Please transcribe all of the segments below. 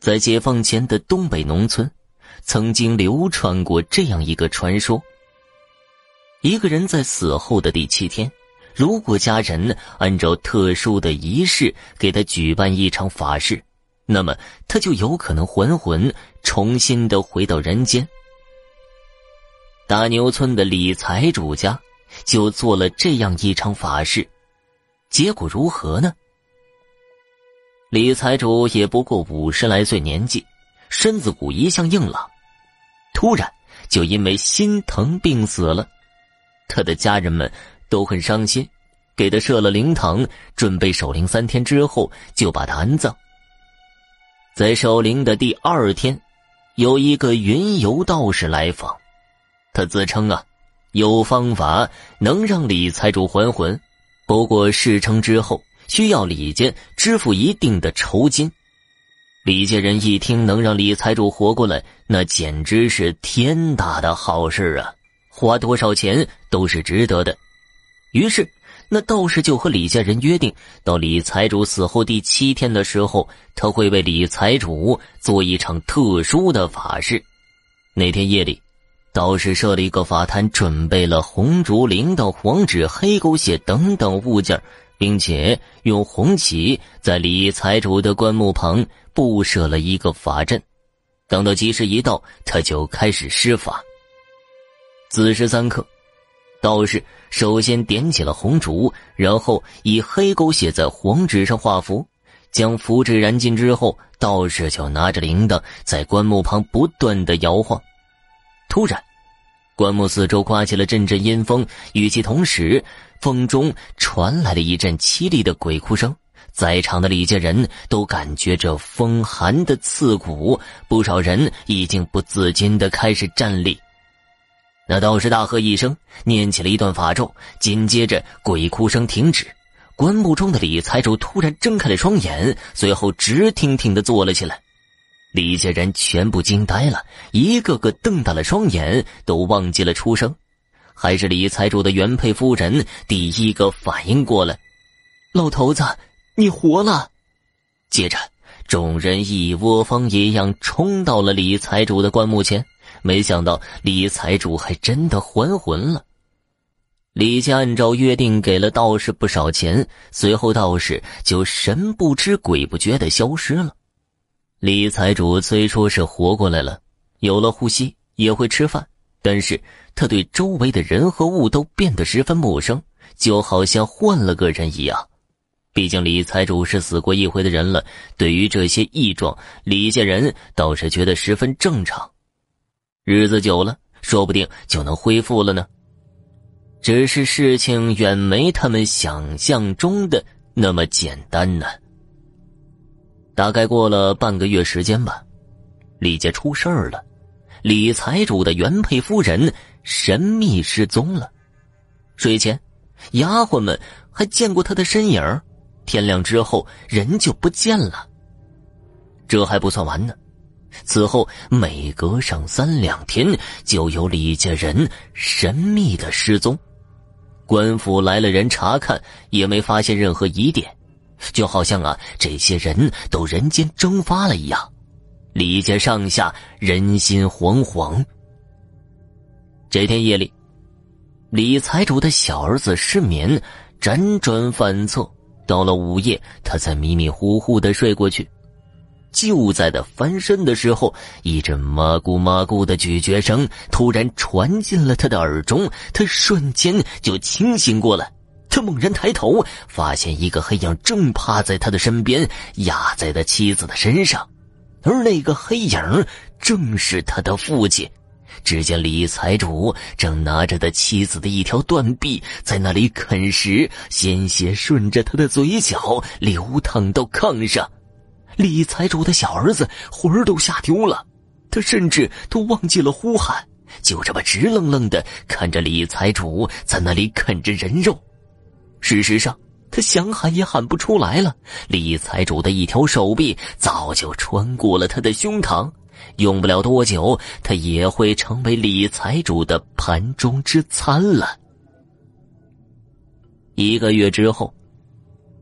在解放前的东北农村，曾经流传过这样一个传说：一个人在死后的第7天，如果家人按照特殊的仪式给他举办一场法事，那么他就有可能还魂，重新的回到人间。大牛村的李财主家就做了这样一场法事，结果如何呢？李财主也不过50来岁年纪，身子骨一向硬朗，突然就因为心疼病死了。他的家人们都很伤心，给他设了灵堂，准备守灵3天之后就把他安葬。在守灵的第2天，有一个云游道士来访，他自称有方法能让李财主还魂，不过事成之后需要李家支付一定的酬金。李家人一听能让李财主活过来，那简直是天大的好事啊，花多少钱都是值得的。于是那道士就和李家人约定，到李财主死后第7天的时候，他会为李财主做一场特殊的法事。那天夜里，道士设了一个法坛，准备了红烛、铃铛、黄纸、黑狗血等等物件，并且用红旗在李财主的棺木旁布设了一个法阵。等到吉时一到，他就开始施法。子时3刻，道士首先点起了红烛，然后以黑狗血在黄纸上画符，将符纸燃尽之后，道士就拿着铃铛在棺木旁不断地摇晃。突然，棺木四周刮起了阵阵阴风，与其同时，风中传来了一阵凄厉的鬼哭声。在场的李家人都感觉这风寒的刺骨，不少人已经不自禁地开始站立。那道士大喝一声，念起了一段法咒，紧接着鬼哭声停止，棺木中的李财主突然睁开了双眼，随后直挺挺地坐了起来。李家人全部惊呆了，一个个瞪大了双眼，都忘记了出声。还是李财主的原配夫人第一个反应过来：“老头子，你活了！”接着众人一窝蜂一样冲到了李财主的棺木前，没想到李财主还真的还魂了。李家按照约定给了道士不少钱，随后道士就神不知鬼不觉地消失了。李财主虽说是活过来了，有了呼吸，也会吃饭，但是他对周围的人和物都变得十分陌生，就好像换了个人一样。毕竟李财主是死过一回的人了，对于这些异状，李家人倒是觉得十分正常。日子久了，说不定就能恢复了呢。只是事情远没他们想象中的那么简单呢。大概过了半个月时间吧，李家出事儿了。李财主的原配夫人神秘失踪了。睡前，丫鬟们还见过她的身影，天亮之后人就不见了。这还不算完呢，此后每隔上3两天就有李家人神秘的失踪。官府来了人查看，也没发现任何疑点，就好像这些人都人间蒸发了一样。李家上下人心惶惶。这天夜里，李财主的小儿子失眠，辗转反侧，到了午夜，他才迷迷糊糊地睡过去。就在他翻身的时候，一阵嘛咕嘛咕的咀嚼声突然传进了他的耳中，他瞬间就清醒过来。他猛然抬头，发现一个黑影正趴在他的身边，压在他妻子的身上，而那个黑影正是他的父亲。只见李财主正拿着他妻子的一条断臂在那里啃食，鲜血顺着他的嘴角流淌到炕上。李财主的小儿子魂儿都吓丢了，他甚至都忘记了呼喊，就这么直愣愣地看着李财主在那里啃着人肉。事实上他想喊也喊不出来了，李财主的一条手臂早就穿过了他的胸膛，用不了多久他也会成为李财主的盘中之餐了。1个月之后，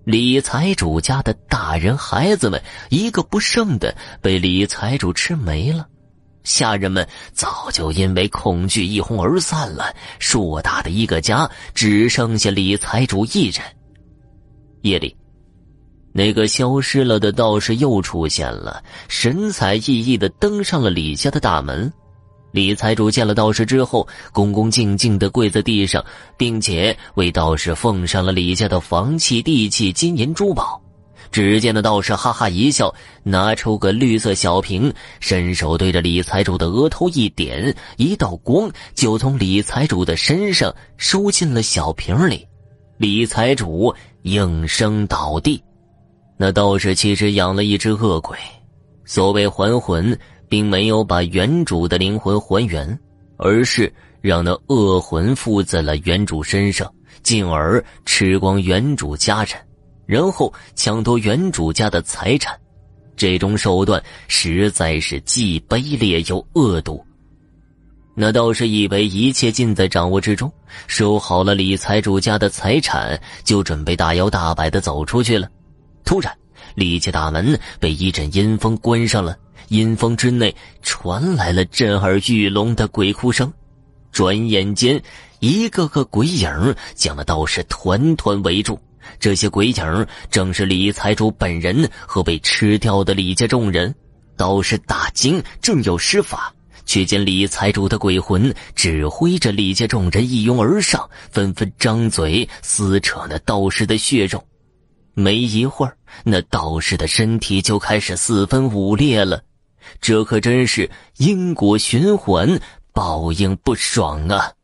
李财主家的大人孩子们一个不剩的被李财主吃没了，下人们早就因为恐惧一哄而散了，硕大的一个家只剩下李财主一人。夜里，那个消失了的道士又出现了，神采奕奕地登上了李家的大门。李财主见了道士之后，恭恭敬敬地跪在地上，并且为道士奉上了李家的房契、地契、金银珠宝。只见那道士哈哈一笑，拿出个绿色小瓶，伸手对着李财主的额头一点，一道光就从李财主的身上输进了小瓶里。李财主应声倒地。那道士其实养了一只恶鬼，所谓还魂，并没有把原主的灵魂还原，而是让那恶魂附在了原主身上，进而吃光原主家人，然后抢夺原主家的财产。这种手段实在是既卑劣又恶毒。那道士以为一切尽在掌握之中，收好了李财主家的财产，就准备大摇大摆地走出去了。突然，李家大门被一阵阴风关上了，阴风之内传来了震耳欲聋的鬼哭声。转眼间，一个个鬼影将那道士团团围住，这些鬼影正是李财主本人和被吃掉的李家众人。道士大惊，正要施法，却见李财主的鬼魂指挥着李家众人一拥而上，纷纷张嘴撕扯那道士的血肉。没一会儿，那道士的身体就开始四分五裂了。这可真是因果循环，报应不爽啊！